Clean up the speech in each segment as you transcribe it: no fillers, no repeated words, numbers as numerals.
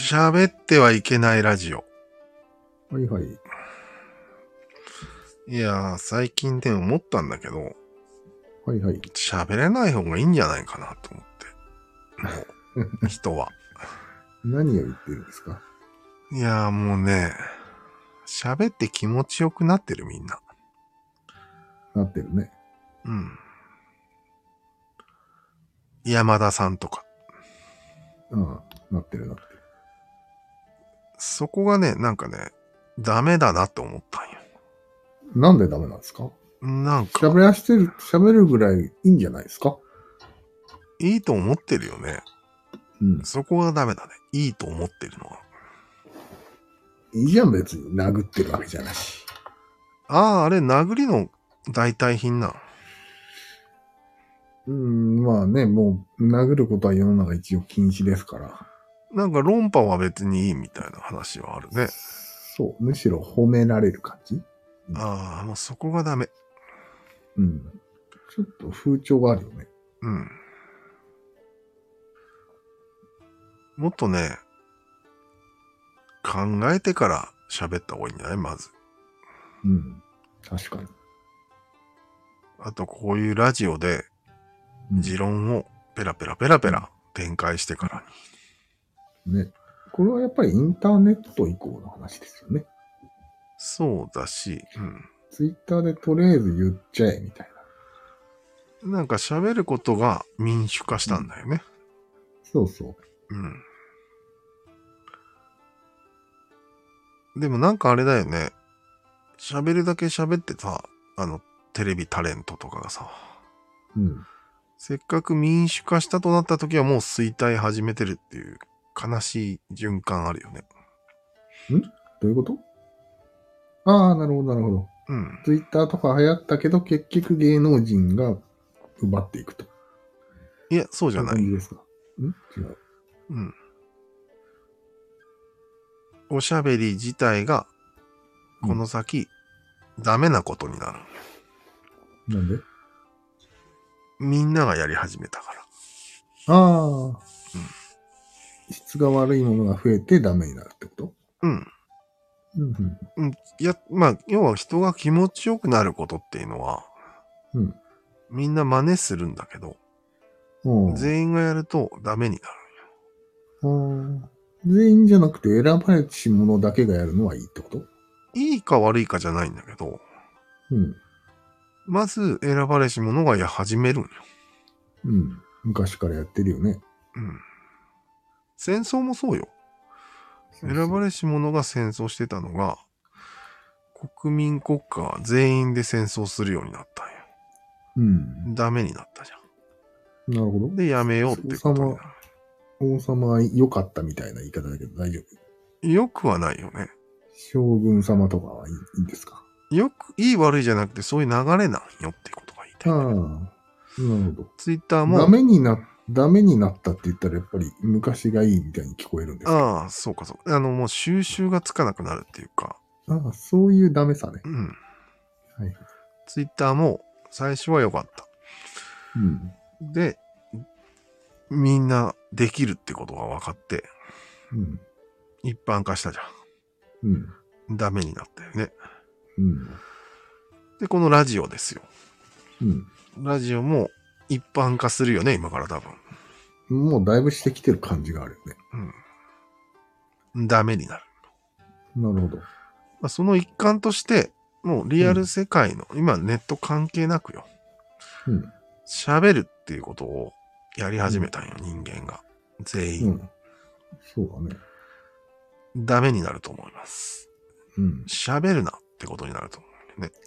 喋ってはいけないラジオ。 はいはい。 いやー、最近で思ったんだけど、 はいはい。 喋れない方がいいんじゃないかなと思って。もう、人は。 何を言ってるんですか？ いやーもうね、喋って気持ちよくなってるみんな。 なってるね。 うん。山田さんとか。 ああ、なってるなってる。 そこがね、なんかね、ダメだなって思ったんよ。 なんでダメなんですか？ なんか、 喋るぐらいいいんじゃないですか？ いいと思ってるよね。 うん。 そこがダメだね。いいと思ってるのは。 いいじゃん、別に。殴ってるわけじゃないし。 あれ殴りの代替品な。 まあね、もう、殴ることは世の中一応禁止ですから。 なんか論破は別にいいみたいな話はあるね。 そう、むしろ褒められる感じ。 もうそこがダメ。 うん。ちょっと風潮があるよね。 うん。もっとね、考えてから喋った方がいいんじゃないまず。 うん。確かに。 あとこういうラジオでうん持論をペラペラペラペラ展開してからに。 ね。これはやっぱりインターネット以降の話ですよね。 そうだし、 ツイッターでとりあえず言っちゃえ、みたいな。 なんか喋ることが民主化したんだよね。 そうそう。 でもなんかあれだよね。喋るだけ喋ってさ、テレビタレントとかがさ、 うん。 せっかく民主化したとなった時はもう衰退始めてるっていう悲しい循環あるよね。 どういうこと？ああ、なるほど、なるほど。 うん。 ツイッターとか流行ったけど、結局芸能人が奪っていくと。 いや、そうじそういうゃない。 感じですか？違う。 うん。おしゃべり自体が、この先、ダメなことになる。 なんで？ みんながやり始めたから。 ああ、質が悪いものが増えてダメになるってこと？ うん。 うん。 いや、まあ、要は人が気持ちよくなることっていうのは、 うんみんな真似するんだけど、全員がやるとダメになる。 全員じゃなくて選ばれし者だけがやるのはいいってこと？ いいか悪いかじゃないんだけど、まず選ばれし者が始めるんよ。 昔からやってるよね。 戦争もそうよ。選ばれし者が戦争してたのが、国民国家は全員で戦争するようになったんよ。ダメになったじゃん。なるほど。 で、やめようってことになる。 王様は良かったみたいな言い方だけど大丈夫？ よくはないよね。 将軍様とかはいいんですか？ いい悪いじゃなくてそういう流れなんよっていうことが言いたい。 なるほど。 ツイッターも。 ダメになったって言ったらやっぱり昔がいいみたいに聞こえるんですか？ そうかそう。もう収集がつかなくなるっていうか。 そういうダメさね。 はい。ツイッターも最初は良かった。で、みんなできるってことが分かって、一般化したじゃん。ダメになったよね。で、このラジオですよ。ラジオも一般化するよね、今から多分。 もうだいぶしてきてる感じがあるよね。ダメになる。 なるほど。 その一環として、もうリアル世界の、今ネット関係なくよ。喋るっていうことをやり始めたんよ、人間が。全員。 そうだね。 ダメになると思います。喋るなってことになると思うね。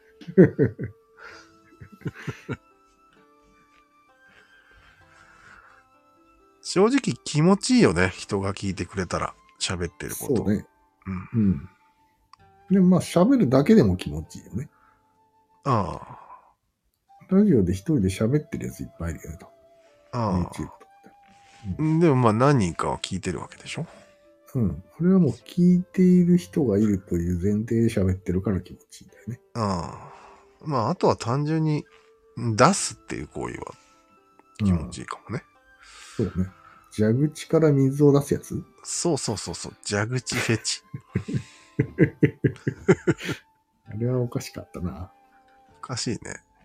正直気持ちいいよね。人が聞いてくれたら喋ってること。 そうね。でもまあ喋るだけでも気持ちいいよね。ラジオで一人で喋ってるやついっぱいいるよねと。YouTube とかで。でもまあ何人かは聞いてるわけでしょ。 これはもう聞いている人がいるという前提で喋ってるから気持ちいいんだよね。 まああとは単純に出すっていう行為は気持ちいいかもね。 そうね。 蛇口から水を出すやつ？ そう。蛇口フェチ。 あれはおかしかったな。 おかしいね。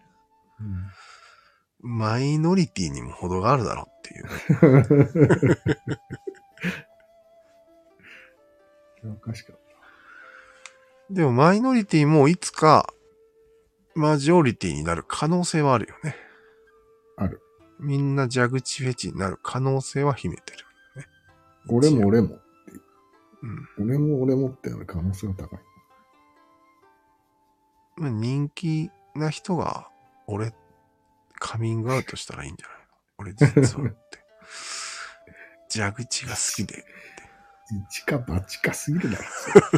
マイノリティにも程があるだろうっていうね。 おかしかった。 でもマイノリティもいつかマジョリティになる可能性はあるよね。 ある。 みんな蛇口フェチになる可能性は秘めてるよね。 俺もっていう。 うん。 俺もって可能性が高い。 人気な人が俺カミングアウトしたらいいんじゃないの？俺実はって。蛇口が好きで。 一か八かすぎるだろ。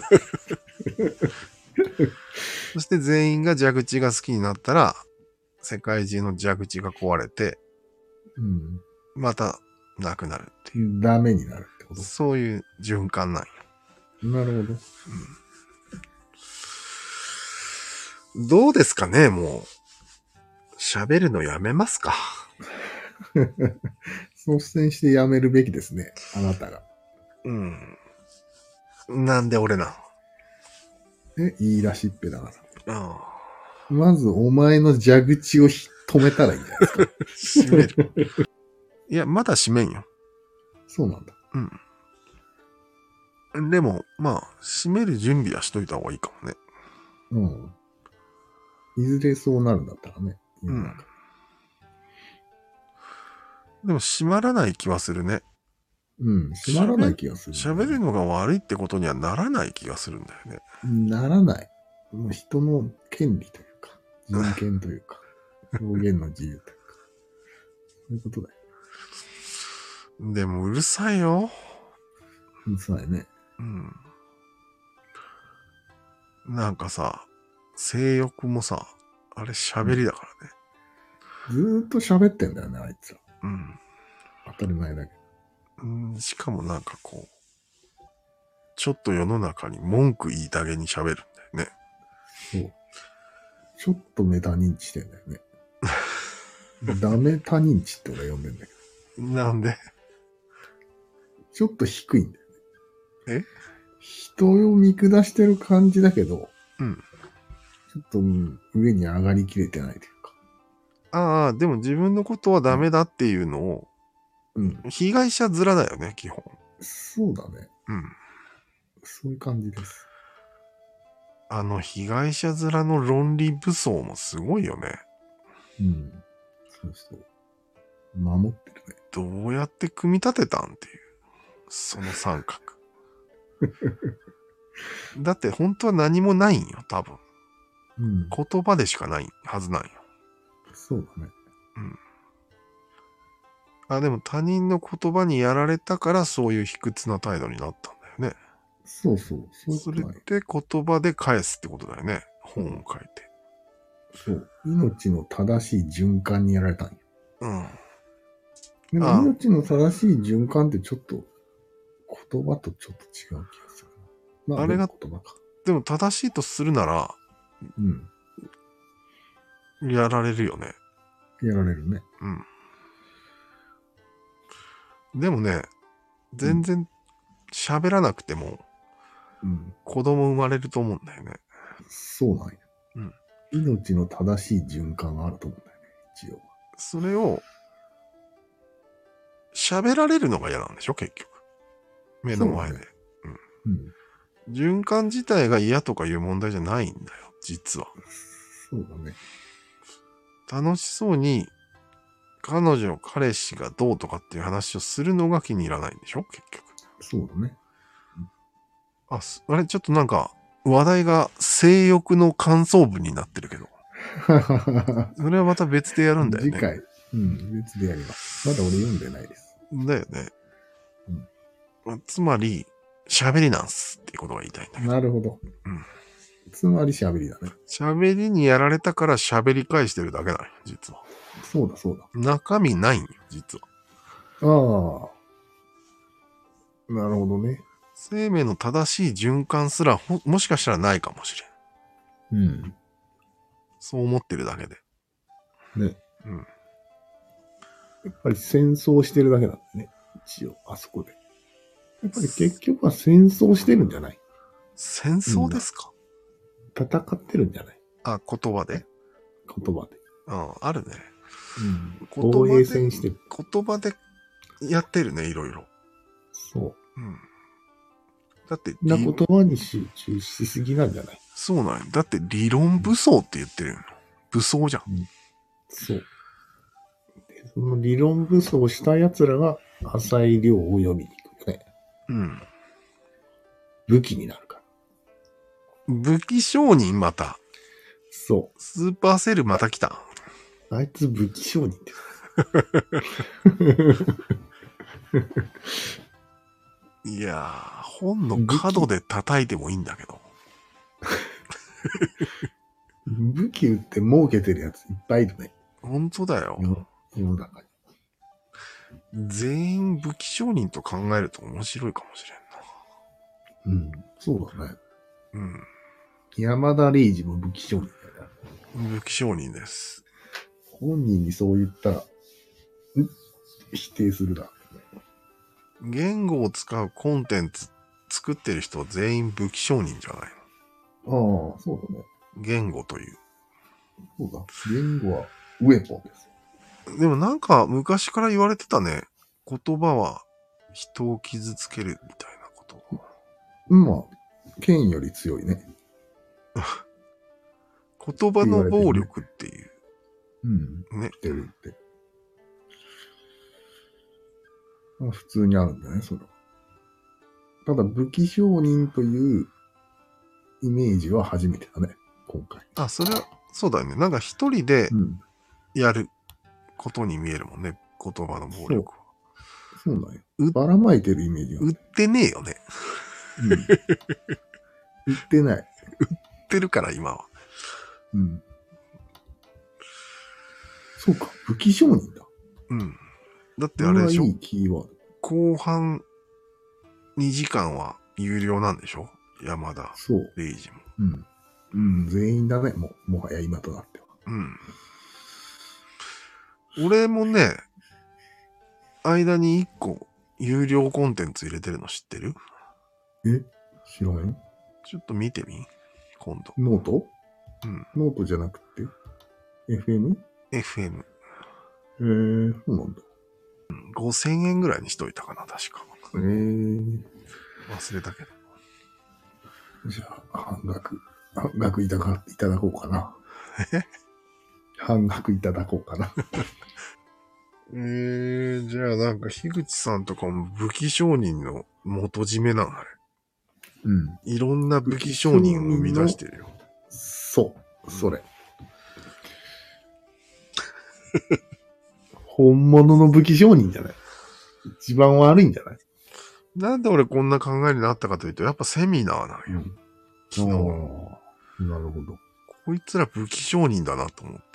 そして全員が蛇口が好きになったら、世界中の蛇口が壊れて、またなくなるっていう。 ダメになるってこと？ そういう循環なんよ。 なるほど。 どうですかね、もう。喋るのやめますか。 率先してやめるべきですね、あなたが。 なんで俺なの？言い出しっぺだから。 まずお前の蛇口を止めたらいいんじゃないですか。 閉める。いや、まだ閉めんよ。 そうなんだ。 でも、まあ、閉める準備はしといた方がいいかもね。 いずれそうなるんだったらね。 でも閉まらない気はするね。 閉まらない気がする、 喋るのが悪いってことにはならない気がするんだよね。 ならない。もう人の権利というか、人権というか、表現の自由というか、そういうことだよ。 でもうるさいよ。 うるさいね。 なんかさ、性欲もさ、あれ喋りだからね。 ずーっと喋ってんだよね、あいつら。当たり前だけど。しかもなんかこう、ちょっと世の中に文句言いたげに喋るんだよね。 そう。ちょっとメタ認知してんだよね。ダメタ認知って俺呼んでんだけど。なんで？ ちょっと低いんだよね。 人を見下してる感じだけど、ちょっと上に上がりきれてないというか。でも自分のことはダメだっていうのを、被害者面だよね、基本。 そうだね。そういう感じです。 被害者面の論理武装もすごいよね。 そうそう。守ってるね。 どうやって組み立てたんっていう。その三角。だって本当は何もないんよ、多分。言葉でしかないはずなんよ。 そうだね。 でも他人の言葉にやられたからそういう卑屈な態度になったんだよね。 そう。 それって言葉で返すってことだよね。本を書いて。 そう。命の正しい循環にやられたんよ。でも命の正しい循環ってちょっと言葉とちょっと違う気がするな。 あれが言葉か。でも正しいとするなら、やられるよね。 やられるね。 でもね、全然喋らなくても、子供生まれると思うんだよね。 そうなんや。命の正しい循環があると思うんだよね、一応。 それを、喋られるのが嫌なんでしょ、結局。目の前で。循環自体が嫌とかいう問題じゃないんだよ、実は。 そうだね。 楽しそうに、彼女、彼氏がどうとかっていう話をするのが気に入らないんでしょ、結局。 そうだね。 あれ、ちょっとなんか、話題が性欲の感想文になってるけど。それはまた別でやるんだよね。 次回。別でやります。まだ俺読んでないです。 だよね。つまり、喋りなんすっていうことが言いたいんだけど。 なるほど。つまり喋りだね。 喋りにやられたから喋り返してるだけだよ、実は。 そうだ。 中身ないんよ、実は。なるほどね。 生命の正しい循環すらもしかしたらないかもしれん。そう思ってるだけで。 ね。やっぱり戦争してるだけなんだね。 一応、あそこで。やっぱり結局は戦争してるんじゃない？ 戦争ですか？ 戦ってるんじゃない？ あ、言葉で？ 言葉で。 あるね。 防衛戦してる。 言葉でやってるね、いろいろ。 そう。 だって、 言葉に集中しすぎなんじゃない？ そうなんよ。だって理論武装って言ってるよ。武装じゃん。 そう。でその理論武装した奴らが浅い量を読みに行くよね。武器になるから。 武器商人また。 そう。 スーパーセルまた来た。 あいつ武器商人って。 いやー、本の角で叩いてもいいんだけど。 武器売って儲けてるやついっぱいいるね。 本当だよ。 世の中に。 全員武器商人と考えると面白いかもしれんな。 そうだね。山田礼二も武器商人だよね。武器商人です。 本人にそう言ったら、否定するだ。 言語を使うコンテンツ作ってる人は全員武器商人じゃないの？ああ、そうだね。 言語という。 そうだ。言語はウェポンです。 でもなんか昔から言われてたね。言葉は人を傷つけるみたいなこと。 まあ、剣より強いね。 言葉の暴力っていう。 ね。ってるって。まあ、普通にあるんだね、それは。ただ、武器商人というイメージは初めてだね、今回。 あ、それは、そうだよね。なんか一人でやることに見えるもんね、言葉の暴力は。 そうなんよ。ばらまいてるイメージが。 売ってねえよね。 売ってない。 売ってるから、今は。 そうか、武器商人だ。 だってあれでしょ？ いいキーワード。 後半2時間は有料なんでしょ？山田礼二も。 全員だね、もはや今となっては。 俺もね、間に1個有料コンテンツ入れてるの知ってる？ 知らない？ ちょっと見てみ？今度。 ノート？ノートじゃなくて FM？FM。 そうなんだ。 5000円ぐらいにしといたかな、確か。忘れたけど。 じゃあ、半額いただこうかな。半額いただこうかな。 じゃあなんか、樋口さんとかも武器商人の元締めなのあれ。いろんな武器商人を生み出してるよ。 そう、それ。本物の武器商人じゃない？一番悪いんじゃない？ なんで俺こんな考えになったかというと、やっぱセミナーなんよ。昨日。 なるほど。 こいつら武器商人だなと思って。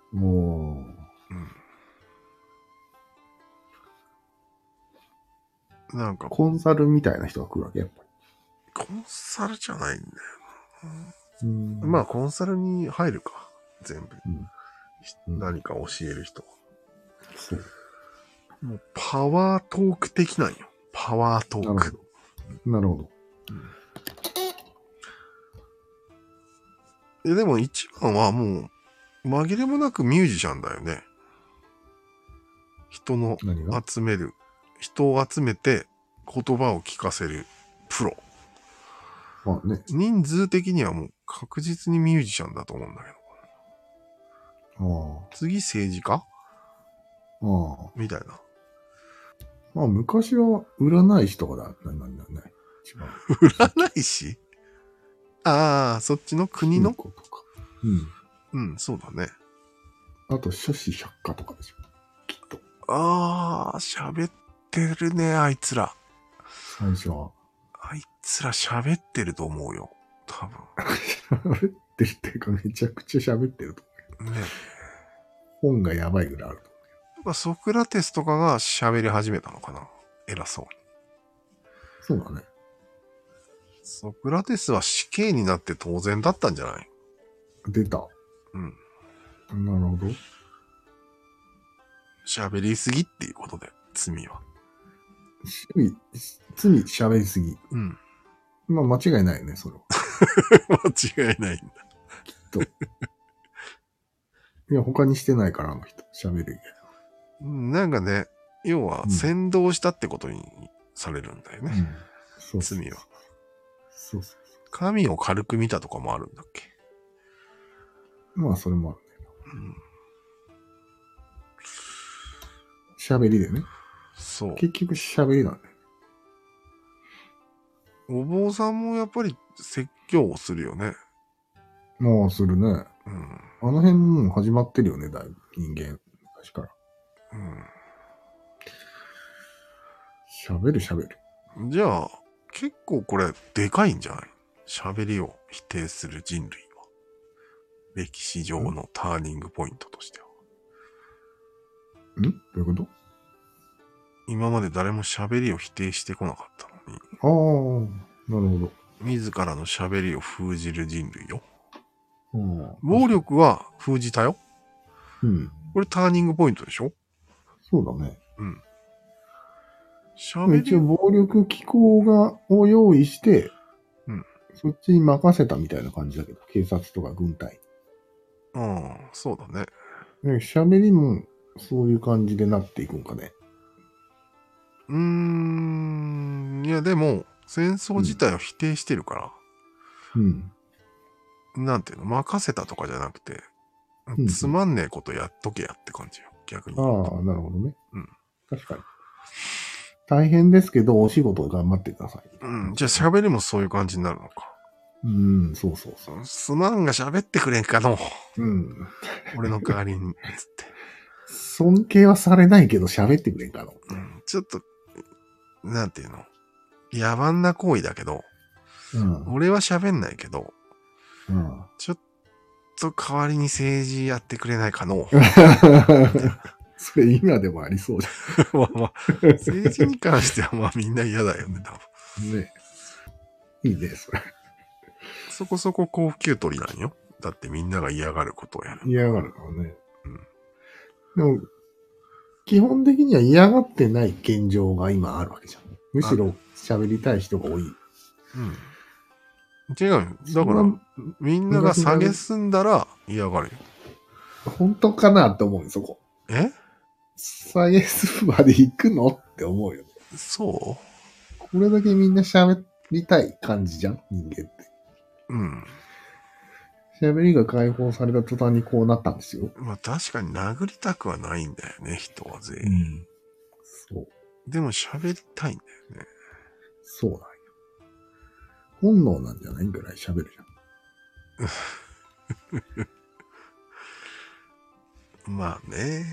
なんか。 コンサルみたいな人が来るわけ、やっぱり。コンサルじゃないんだよな。まあ、コンサルに入るか。全部。何か教える人。 そう。 もうパワートーク的なんよ。パワートーク。 なるほど。 でも一番はもう紛れもなくミュージシャンだよね。人を集めて言葉を聞かせるプロ。 まあね。 人数的にはもう確実にミュージシャンだと思うんだけど。次政治家みたいな。 まあ昔は占い師とかだったんだね。 占い師？ああ、そっちの国の？そうだね。 あと書士百科とかでしょ。きっと。 喋ってるね、あいつら。 最初は。 あいつら喋ってると思うよ。多分。 喋ってるっていうかめちゃくちゃ喋ってると思う。ね。本がやばいぐらいあると思う。ソクラテスとかが喋り始めたのかな。偉そうに。 そうだね。 ソクラテスは死刑になって当然だったんじゃない？ 出た。なるほど。 喋りすぎっていうことで、罪は。 罪喋りすぎ。 うん。 まあ間違いないよね、それは。 間違いないんだ。 きっと。いや、他にしてないから、あの人。喋る以外。なんかね、要は、先導したってことにされるんだよね。罪は。 そう。 神を軽く見たとかもあるんだっけ。 まあ、それもあるね。喋りでね。 そう。 結局喋りなんだよ。 お坊さんもやっぱり説教をするよね。 まあ、するね。あの辺もう始まってるよね、だいぶ。人間。昔から。喋る。 じゃあ、結構これ、でかいんじゃない？喋りを否定する人類は。歴史上のターニングポイントとしては。 どういうこと？ 今まで誰も喋りを否定してこなかったのに。なるほど。 自らの喋りを封じる人類よ。暴力は封じたよ。これターニングポイントでしょ？ そうだね。一応暴力機構を用意して、そっちに任せたみたいな感じだけど、警察とか軍隊。 そうだね。 喋りもそういう感じでなっていくんかね。 いやでも、戦争自体を否定してるから、なんていうの、任せたとかじゃなくて、つまんねえことやっとけやって感じよ、逆に。 なるほどね。確かに。大変ですけど、お仕事頑張ってください。 じゃあ喋りもそういう感じになるのか。 そう。 すまんが喋ってくれんかの。俺の代わりに、つって。 尊敬はされないけど喋ってくれんかの。 ちょっと、なんていうの、野蛮な行為だけど、俺は喋んないけど、ちょっと代わりに政治やってくれないかの。 それ今でもありそうじゃん。まあ、政治に関してはまあみんな嫌だよね、多分。ね。いいね、それ。 そこそこ高級取りなんよ。だってみんなが嫌がることをやる。 嫌がるからね。でも、基本的には嫌がってない現状が今あるわけじゃん。むしろ喋りたい人が多い。 違うよ。だから、みんなが下げすんだら嫌がるよ。 本当かなって思うよ、そこ。下げすまで行くのって思うよ。 そう？ これだけみんな喋りたい感じじゃん、人間って。喋りが解放された途端にこうなったんですよ。 まあ確かに殴りたくはないんだよね、人は全員。 そう。 でも喋りたいんだよね。 そうなんよ。本能なんじゃないぐらい喋るじゃん。まあね。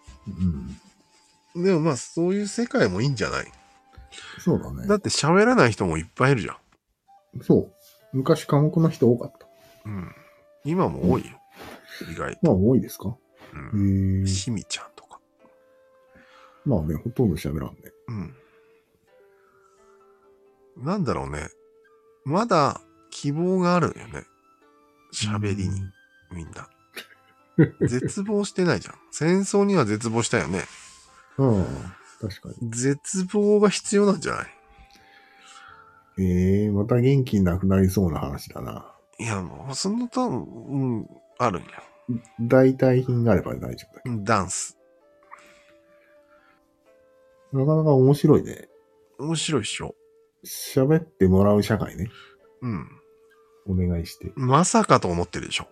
でもまあそういう世界もいいんじゃない？ そうだね。 だって喋らない人もいっぱいいるじゃん。 そう。昔寡黙な人多かった。 今も多いよ。意外と。 まあ多いですか？ しみちゃんとか。 まあね、ほとんど喋らんね。 なんだろうね。まだ希望があるよね。喋りに。みんな。絶望してないじゃん。戦争には絶望したよね。 確かに。 絶望が必要なんじゃない？ また元気なくなりそうな話だな。 いや、もう、その多分、あるんや。 代替品があれば大丈夫だけど。ダンス。 なかなか面白いね。 面白いっしょ。 喋ってもらう社会ね。お願いして。 まさかと思ってるでしょ。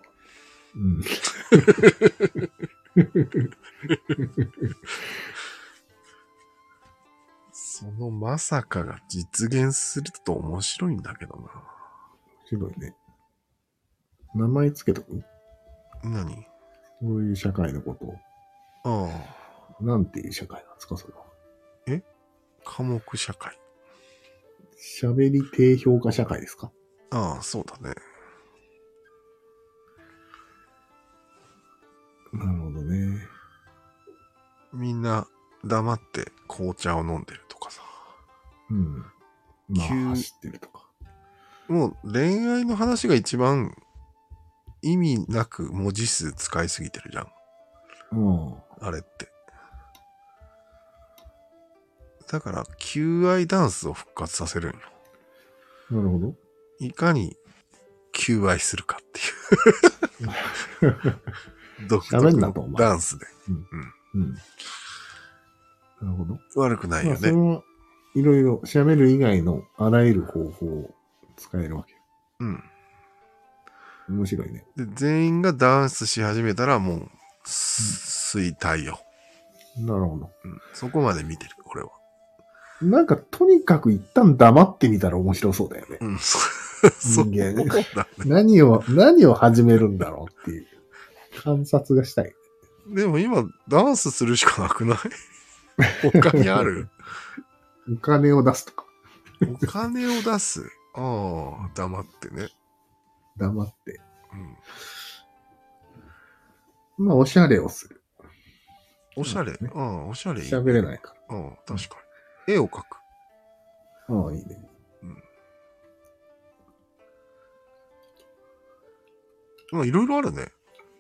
そのまさかが実現すると面白いんだけどな。 面白いね。名前つけとく？ 何？ そういう社会のことを。なんていう社会なんですか、それは。 寡黙社会。 喋り低評価社会ですか？ そうだね。 なるほどね。 みんな黙って紅茶を飲んでるとかさ。 まあ、走ってるとか。 もう恋愛の話が一番意味なく文字数使いすぎてるじゃん。あれって。 だから、求愛ダンスを復活させるんよ。 なるほど。 いかに求愛するかっていう。独特のダンスで。 なるほど。 悪くないよね。それはいろいろ喋る以外のあらゆる方法を使えるわけ。 うん。 面白いね。 で、全員がダンスし始めたらもう、衰退よ。 なるほど。 そこまで見てる、これは。 なんか、とにかく一旦黙ってみたら面白そうだよね。 人間ね。 何を始めるんだろうっていう観察がしたい。 でも今、ダンスするしかなくない？他にある？ お金を出すとか。 お金を出す。ああ、黙ってね。 黙って。まあ、おしゃれをする。 おしゃれ、おしゃれいい、 ね。喋れないから。 確かに。絵を描く。 いいね。 まあ、いろいろあるね。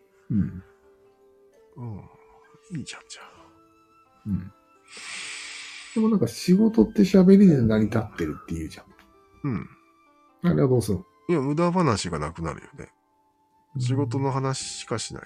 いいじゃん、じゃあ。 でもなんか仕事って喋りで成り立ってるって言うじゃん。あれはどうするの？ いや、無駄話がなくなるよね。仕事の話しかしない。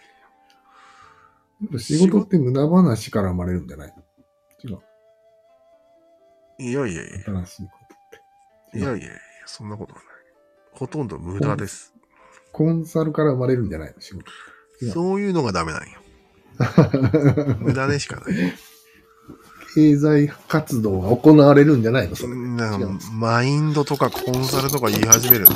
仕事って無駄話から生まれるんじゃないの？違う。 いやいやいや。 新しいことって。 いやいやいや、そんなことはない。ほとんど無駄です。 コンサルから生まれるんじゃないの？仕事。 そういうのがダメなんよ。無駄でしかない。 経済活動が行われるんじゃないの？それマインドとかコンサルとか言い始めるの。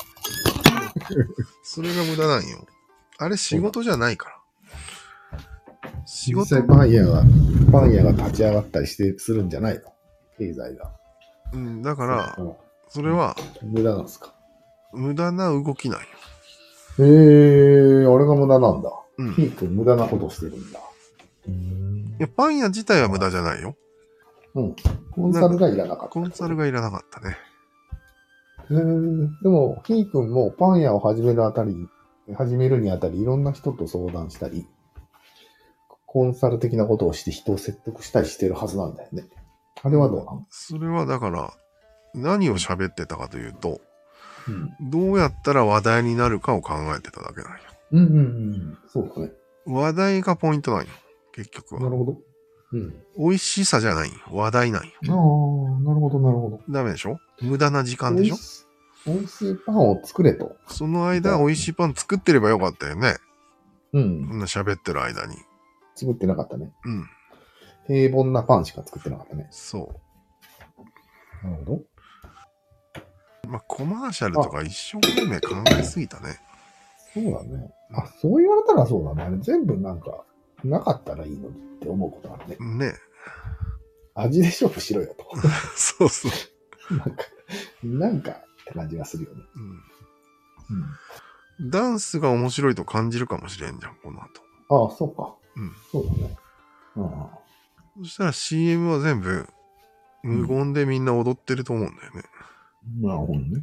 それが無駄なんよ。あれ仕事じゃないから。 実際パン屋が立ち上がったりするんじゃないの？経済が。 だから、それは、 無駄なんですか？ 無駄な動きなんよ。 あれが無駄なんだ。ヒーク無駄なことしてるんだ。 いや、パン屋自体は無駄じゃないよ。 コンサルがいらなかった。 コンサルがいらなかったね。 でも、ヒー君もパン屋を始めるにあたり、いろんな人と相談したり、コンサル的なことをして人を説得したりしてるはずなんだよね。あれはどうなの？ それはだから、何を喋ってたかというと、どうやったら話題になるかを考えてただけなんよ。 そうだね。 話題がポイントなんよ。結局は。 なるほど。 美味しさじゃないよ。話題なんよ。 なるほど、なるほど。 ダメでしょ？無駄な時間でしょ？ 美味しいパンを作れと。 その間、美味しいパン作ってればよかったよね。喋ってる間に。 作ってなかったね。平凡なパンしか作ってなかったね。 そう。 なるほど。 まあ、コマーシャルとか一生懸命考えすぎたね。 そうだね。そう言われたらそうだね。あれ全部なんか、なかったらいいのにって思うことあるね。 ね。 味で勝負しろよと。 そうそう。 なんかって感じがするよね。 ダンスが面白いと感じるかもしれんじゃん、この後。 そうか。そうだね。 そしたら CM は全部、無言でみんな踊ってると思うんだよね。 なるほどね。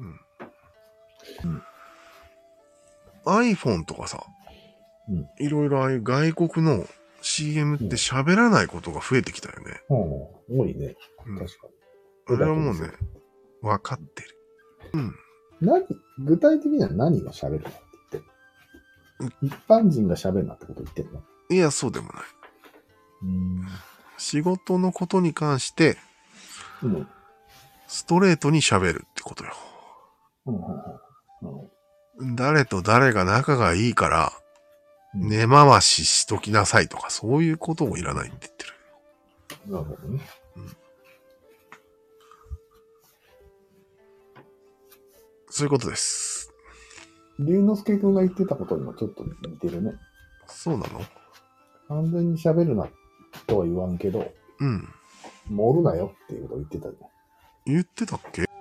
iPhone とかさ、いろいろああいう外国の CM って喋らないことが増えてきたよね。 多いね。確かに。あれはもうね、分かってる。 具体的には何が喋るのって言ってる？一般人が喋るなってこと言ってるの？ いや、そうでもない。仕事のことに関して、ストレートに喋るってことよ。誰と誰が仲がいいから、根回ししときなさいとか、そういうこともいらないって言ってる。 なるほどね。 そういうことです。 龍之介くんが言ってたことにもちょっと似てるね。 そうなの？ 完全に喋るなとは言わんけど、盛るなよっていうことを言ってたじゃん。 言ってたっけ？